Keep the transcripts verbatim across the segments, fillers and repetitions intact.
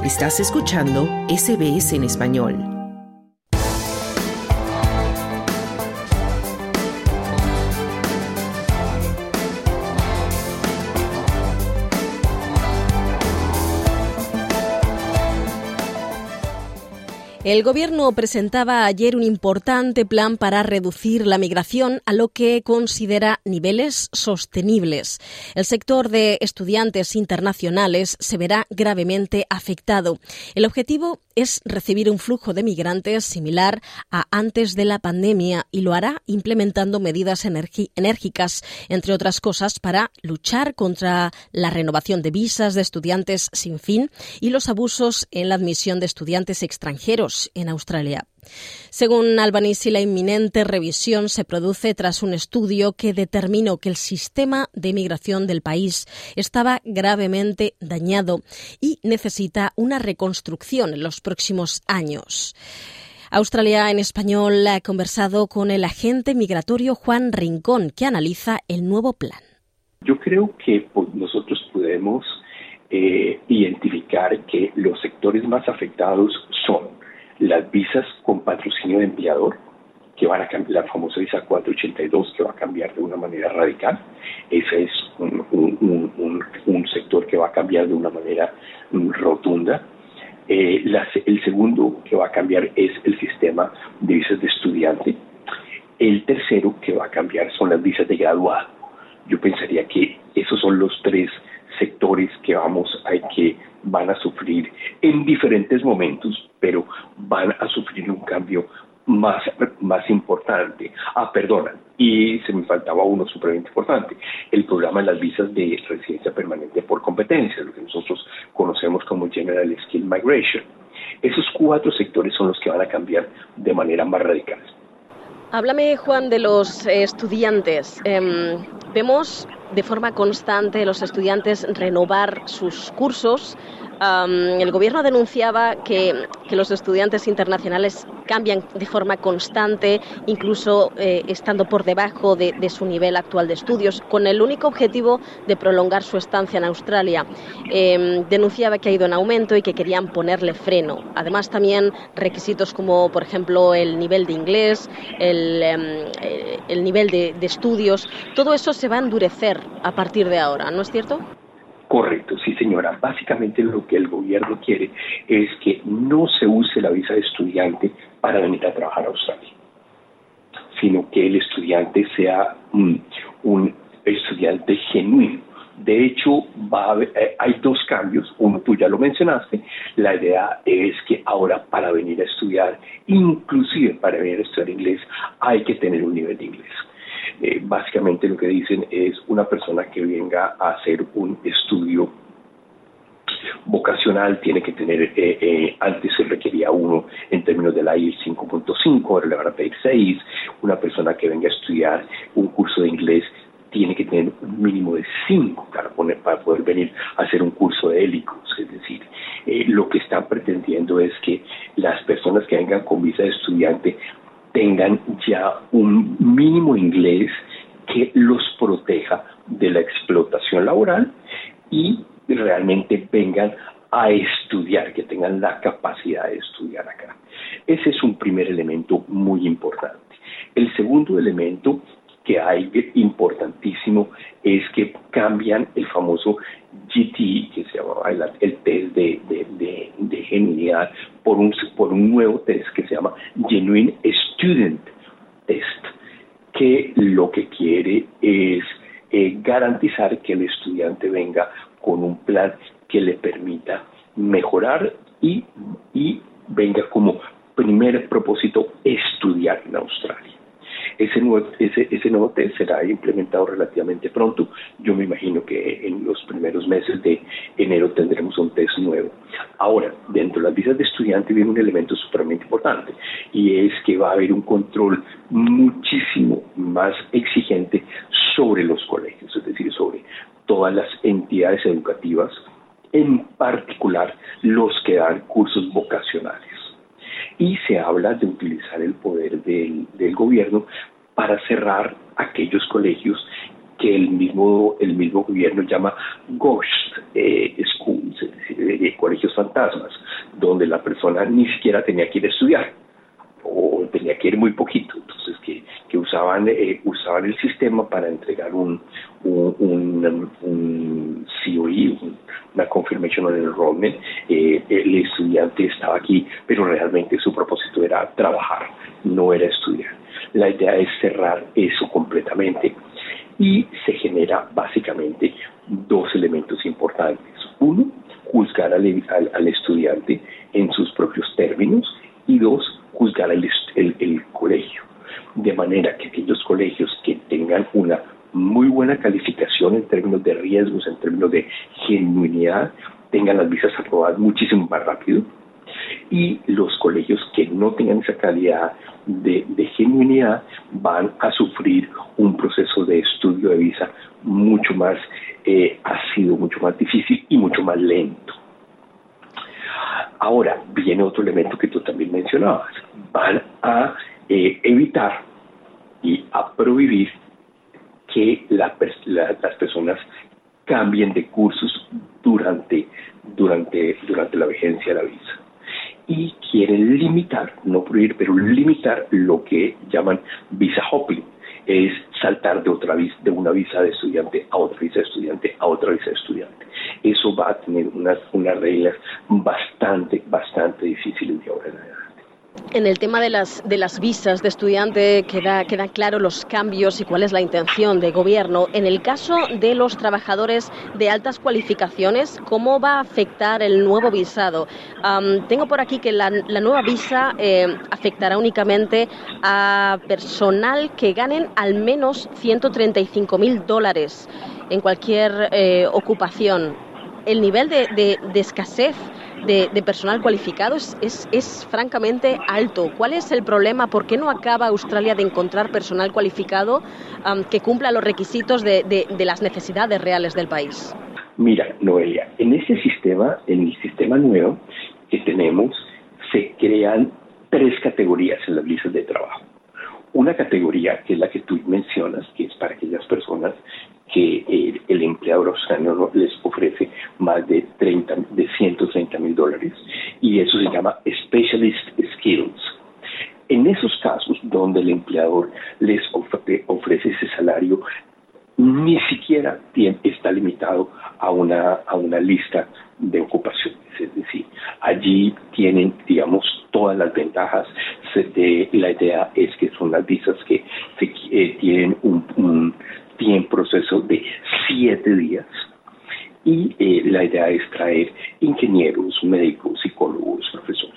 Estás escuchando S B S en español. El Gobierno presentaba ayer un importante plan para reducir la migración a lo que considera niveles sostenibles. El sector de estudiantes internacionales se verá gravemente afectado. El objetivo es recibir un flujo de migrantes similar a antes de la pandemia y lo hará implementando medidas energi- enérgicas, entre otras cosas, para luchar contra la renovación de visas de estudiantes sin fin y los abusos en la admisión de estudiantes extranjeros en Australia. Según Albanese, la inminente revisión se produce tras un estudio que determinó que el sistema de migración del país estaba gravemente dañado y necesita una reconstrucción en los próximos años. Australia en español ha conversado con el agente migratorio Juan Rincón, que analiza el nuevo plan. Yo creo que pues, nosotros podemos eh, identificar que los sectores más afectados son las visas con patrocinio de empleador, que van a cambiar, la famosa visa cuatrocientos ochenta y dos, que va a cambiar de una manera radical. Ese es un, un, un, un, un sector que va a cambiar de una manera um, rotunda. Eh, la, el segundo que va a cambiar es el sistema de visas de estudiante. El tercero que va a cambiar son las visas de graduado. Yo pensaría que esos son los tres sectores que vamos a que van a sufrir en diferentes momentos, pero van a sufrir un cambio más, más importante. Ah, perdona, y se me faltaba uno supremamente importante, el programa de las visas de residencia permanente por competencia, lo que nosotros conocemos como General Skill Migration. Esos cuatro sectores son los que van a cambiar de manera más radical. Háblame, Juan, de los eh, estudiantes. Eh, vemos de forma constante los estudiantes renovar sus cursos. Um, el Gobierno denunciaba que, que los estudiantes internacionales cambian de forma constante, incluso eh, estando por debajo de, de su nivel actual de estudios, con el único objetivo de prolongar su estancia en Australia. Eh, denunciaba que ha ido en aumento y que querían ponerle freno. Además, también requisitos como, por ejemplo, el nivel de inglés, el, eh, el nivel de, de estudios, todo eso se va a endurecer a partir de ahora, ¿no es cierto? Correcto, sí señora. Básicamente lo que el gobierno quiere es que no se use la visa de estudiante para venir a trabajar a Australia, sino que el estudiante sea un, un estudiante genuino. De hecho, va a haber, eh, hay dos cambios. Uno, tú ya lo mencionaste. La idea es que ahora para venir a estudiar, inclusive para venir a estudiar inglés, hay que tener un nivel de inglés. Eh, básicamente lo que dicen es una persona que venga a hacer un estudio vocacional tiene que tener, eh, eh, antes se requería uno en términos de la I E L T S cinco punto cinco, ahora le van a pedir seis. Una persona que venga a estudiar un curso de inglés tiene que tener un mínimo de cinco para, poner, para poder venir a hacer un curso de élicos. Es decir, eh, lo que están pretendiendo es que las personas que vengan con visa de estudiante tengan ya un mínimo inglés que los proteja de la explotación laboral y realmente vengan a estudiar, que tengan la capacidad de estudiar acá. Ese es un primer elemento muy importante. El segundo elemento que hay importantísimo es que cambian el famoso G T E, que se llamaba el, el test de, de, de, de genuinidad, por un, por un nuevo test que se llama Genuine Student Test, que lo que quiere es eh, garantizar que el estudiante venga con un plan que le permita mejorar y, y venga como primer propósito estudiar en Australia. Ese nuevo, ese, ese nuevo test será implementado relativamente pronto. Yo me imagino que en los primeros meses de enero tendremos un test nuevo. Ahora, dentro de las visas de estudiante viene un elemento supremamente importante y es que va a haber un control muchísimo más exigente sobre los colegios, es decir, sobre todas las entidades educativas, en particular los que dan cursos vocacionales. Y se habla de utilizar el poder del, del gobierno para cerrar aquellos colegios que el mismo el mismo gobierno llama ghost eh, schools, es decir, de colegios fantasmas, donde la persona ni siquiera tenía que ir a estudiar, o tenía que ir muy poquito, entonces que, que usaban eh, usaban el sistema para entregar un, un, un, un C O E, una Confirmation of Enrollment. Eh, el estudiante estaba aquí, pero realmente su propósito era trabajar, no era estudiar. La idea es cerrar eso completamente y se genera básicamente dos elementos importantes. Uno, juzgar al, al, al estudiante en sus propios términos, y dos, juzgar el, el, el colegio, de manera que aquellos colegios que tengan una muy buena calificación en términos de riesgos, en términos de genuinidad, tengan las visas aprobadas muchísimo más rápido, y los colegios que no tengan esa calidad de, de genuinidad van a sufrir un proceso de estudio de visa mucho más eh, ácido, mucho más difícil y mucho más lento. Ahora, viene otro elemento que tú también mencionabas. Van a eh, evitar y a prohibir que la, la, las personas cambien de cursos durante, durante, durante la vigencia de la visa. Y quieren limitar, no prohibir, pero limitar lo que llaman visa hopping, es saltar de otra visa, de una visa de estudiante a otra visa de estudiante a otra visa de estudiante. Eso va a tener unas, unas reglas bastante, bastante difíciles de ahora en adelante. En el tema de las de las visas de estudiante queda quedan claros los cambios y cuál es la intención del gobierno. En el caso de los trabajadores de altas cualificaciones, ¿cómo va a afectar el nuevo visado? Um, tengo por aquí que la, la nueva visa eh, afectará únicamente a personal que ganen al menos ciento treinta y cinco mil dólares en cualquier eh, ocupación. El nivel de, de, de escasez De, de personal cualificado es, es, es francamente alto. ¿Cuál es el problema? ¿Por qué no acaba Australia de encontrar personal cualificado um, que cumpla los requisitos de, de, de las necesidades reales del país? Mira, Noelia, en ese sistema, en el sistema nuevo que tenemos, se crean tres categorías en las visas de trabajo. Una categoría, que es la que tú mencionas, que es para aquellas personas que eh, el empleador australiano les ofrece más de treinta, de ciento treinta mil dólares, y eso se llama Specialist Skills. En esos casos donde el empleador les ofre, ofrece ese salario, ni siquiera tiene, está limitado a una, a una lista de ocupaciones, es decir, allí tienen, digamos, todas las ventajas. De, la idea es que son las visas que se, eh, tienen un, un tiempo proceso de siete días, y eh, la idea es traer ingenieros, médicos, psicólogos, profesores.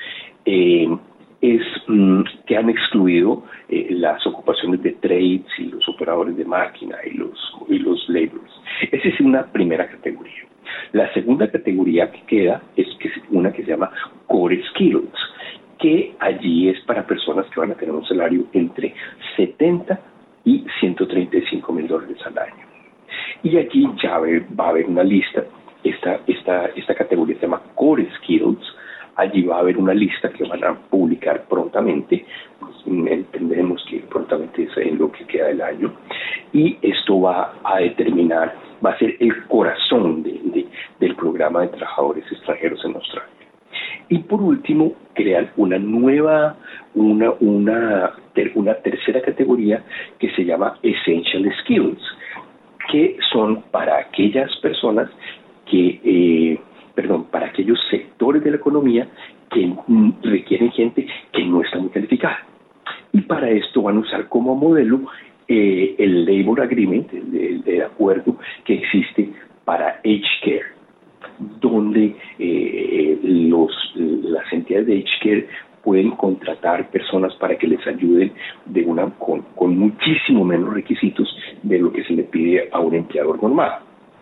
Eh, es mm, que han excluido eh, las ocupaciones de trades y los operadores de máquina y los, y los laborers. Esa es una primera categoría. La segunda categoría que queda es que es una que se llama Core Skills, que allí es para personas que van a tener un salario entre setenta y ciento treinta y cinco mil dólares al año. Y allí ya va a haber una lista. Esta, esta, esta categoría se llama Core Skills. Allí va a haber una lista que van a publicar prontamente. Pues, entendemos que prontamente es en lo que queda del año. Y esto va a determinar, va a ser el corazón de, de, del programa de trabajadores extranjeros en Australia. Y por último, crean una nueva, una, una, ter, una tercera categoría que se llama Essential Skills, que son para aquellas personas que, eh, perdón, para aquellos sectores de la economía que mm, requieren gente que no está muy calificada. Y para esto van a usar como modelo eh, el Labor Agreement, el, el acuerdo que existe para Aged Care, donde eh, los, las entidades de Aged Care pueden contratar personas para que les ayuden de una con, con muchísimo menos requisitos de lo que se le pide a un empleador normal.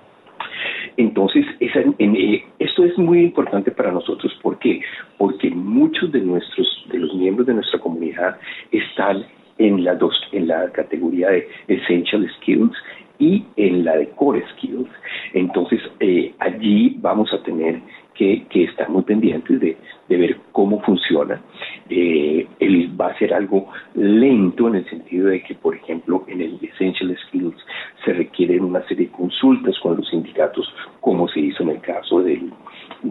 Entonces, esa, en, eh, esto es muy importante para nosotros. ¿Por qué? Porque muchos de nuestros, de los miembros de nuestra comunidad están en la dos, en la categoría de Essential Skills y en la de Core Skills. Entonces, eh, allí vamos a tener que, que estar muy pendientes de, de ver cómo funciona. Eh, él va a ser algo lento en el sentido de que, por ejemplo, en el Essential Skills se requieren una serie de consultas con los sindicatos, como se hizo en el caso del,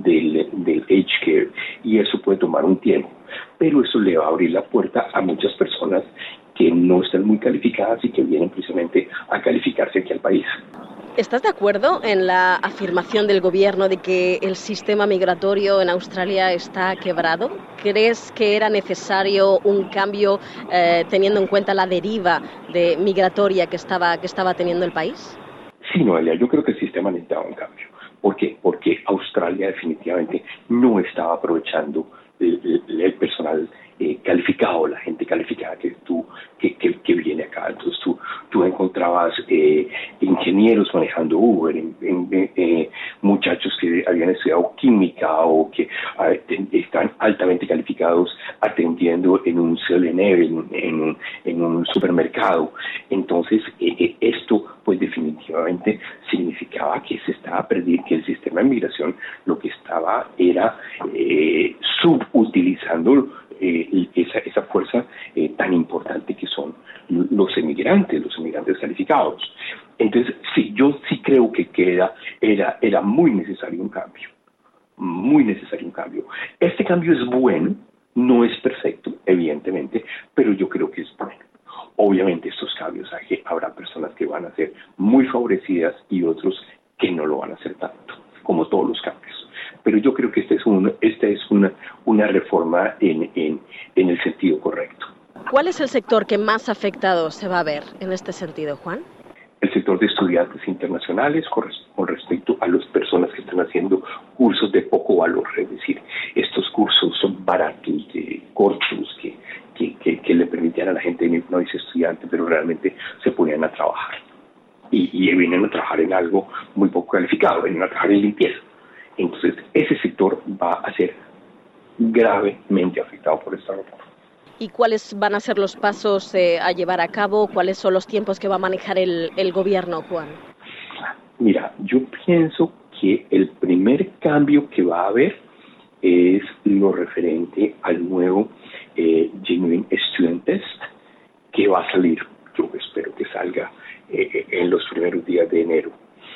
puede tomar un tiempo, pero eso le va a abrir la puerta a muchas personas que no están muy calificadas y que vienen precisamente a calificarse aquí al país. ¿Estás de acuerdo en la afirmación del gobierno de que el sistema migratorio en Australia está quebrado? ¿Crees que era necesario un cambio eh, teniendo en cuenta la deriva de migratoria que estaba, que estaba teniendo el país? Sí, Noelia, yo creo que el sistema necesitaba un cambio. ¿Por qué? Porque Australia definitivamente no estaba aprovechando el, el, el personal eh, calificado, la gente calificada que tú que, que, que viene acá. Entonces tú, tú encontrabas eh, ingenieros manejando Uber, en, en, eh, muchachos que habían estudiado química o que eh, están altamente calificados atendiendo en un siete eleven, en un, en un supermercado. Entonces eh, eh, esto pues definitivamente significaba que se estaba perdiendo, que el sistema de migración lo que estaba era eh, subutilizando eh, esa, esa fuerza eh, tan importante que son los emigrantes, los emigrantes calificados. Entonces, sí, yo sí creo que queda, era, era muy necesario un cambio, muy necesario un cambio. Este cambio es bueno, no es perfecto, evidentemente, pero yo creo que es bueno. Obviamente estos cambios, habrá personas que van a ser muy favorecidas y otros que no lo van a hacer tanto, como todos los cambios. Pero yo creo que esta es, un, esta es una, una reforma en, en, en el sentido correcto. ¿Cuál es el sector que más afectado se va a ver en este sentido, Juan? El sector de estudiantes internacionales con, con respecto a las personas que están haciendo cursos de poco valor, es decir, estos cursos son baratos, de cortos, que, que, que, que le permitían a la gente, no dice estudiante, pero realmente se ponían a trabajar. Y, y vienen a trabajar en algo muy poco calificado, vienen a trabajar en limpieza. Entonces, ese sector va a ser gravemente afectado por esta reforma. ¿Y cuáles van a ser los pasos eh, a llevar a cabo? ¿Cuáles son los tiempos que va a manejar el, el gobierno, Juan? Mira, yo pienso que el primer cambio que va a haber es lo referente al nuevo eh, Genuine Student Test, que va a salir, yo espero que salga eh, en los primeros días de enero.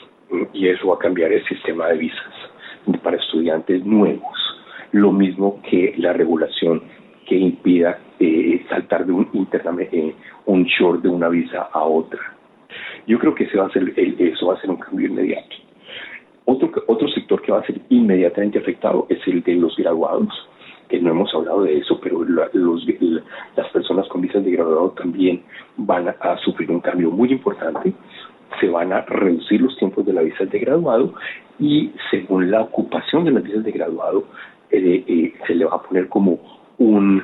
Y eso va a cambiar el sistema de visas para estudiantes nuevos. Lo mismo que la regulación que impida eh, saltar de un interna, eh, un short de una visa a otra. Yo creo que ese va a ser el, eso va a ser un cambio inmediato. Otro, otro sector que va a ser inmediatamente afectado es el de los graduados, que no hemos hablado de eso, pero la, los, la, las personas con visas de graduado también van a, a sufrir un cambio muy importante. Se van a reducir los tiempos de las visas de graduado y según la ocupación de las visas de graduado eh, eh, se le va a poner como un,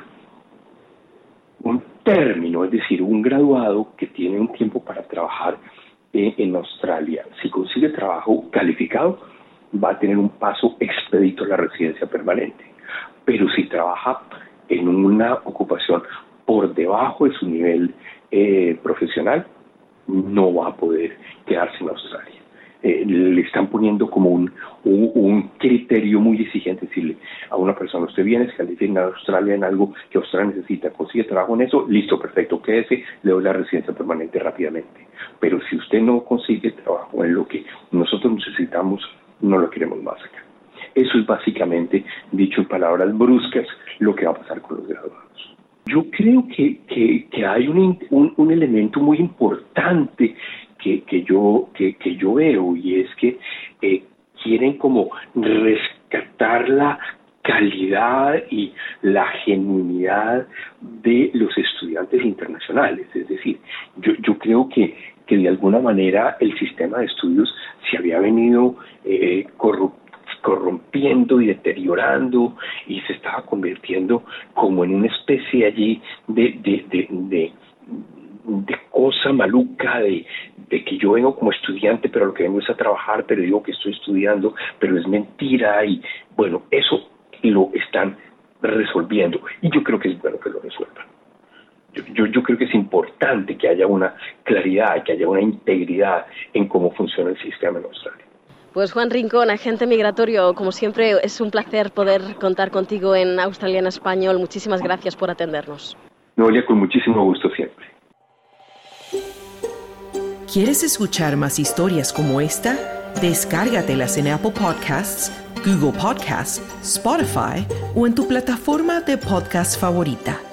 un término, es decir, un graduado que tiene un tiempo para trabajar eh, en Australia. Si consigue trabajo calificado, va a tener un paso expedito a la residencia permanente. Pero si trabaja en una ocupación por debajo de su nivel eh, profesional, no va a poder quedarse en Australia. Eh, le están poniendo como un, un, un criterio muy exigente, decirle a una persona, usted viene, se califica en Australia en algo que Australia necesita, consigue trabajo en eso, listo, perfecto, quédese, le doy la residencia permanente rápidamente. Pero si usted no consigue trabajo en lo que nosotros necesitamos, no lo queremos más acá. Eso es básicamente, dicho en palabras bruscas, lo que va a pasar con los graduados. Yo creo que, que, que hay un, un, un elemento muy importante que, que, yo, que, que yo veo, y es que eh, quieren como rescatar la calidad y la genuinidad de los estudiantes internacionales. Es decir, yo, yo creo que, que de alguna manera el sistema de estudios se había venido eh, corrupto, corrompiendo y deteriorando y se estaba convirtiendo como en una especie allí de, de, de, de, de cosa maluca, de, de que yo vengo como estudiante, pero lo que vengo es a trabajar, pero digo que estoy estudiando, pero es mentira. Y bueno, eso lo están resolviendo y yo creo que es bueno que lo resuelvan. Yo, yo, yo creo que es importante que haya una claridad, que haya una integridad en cómo funciona el sistema en Australia. Pues Juan Rincón, agente migratorio, como siempre es un placer poder contar contigo en Australia en Español. Muchísimas gracias por atendernos. Noelia, con muchísimo gusto siempre. ¿Quieres escuchar más historias como esta? Descárgatelas en Apple Podcasts, Google Podcasts, Spotify o en tu plataforma de podcast favorita.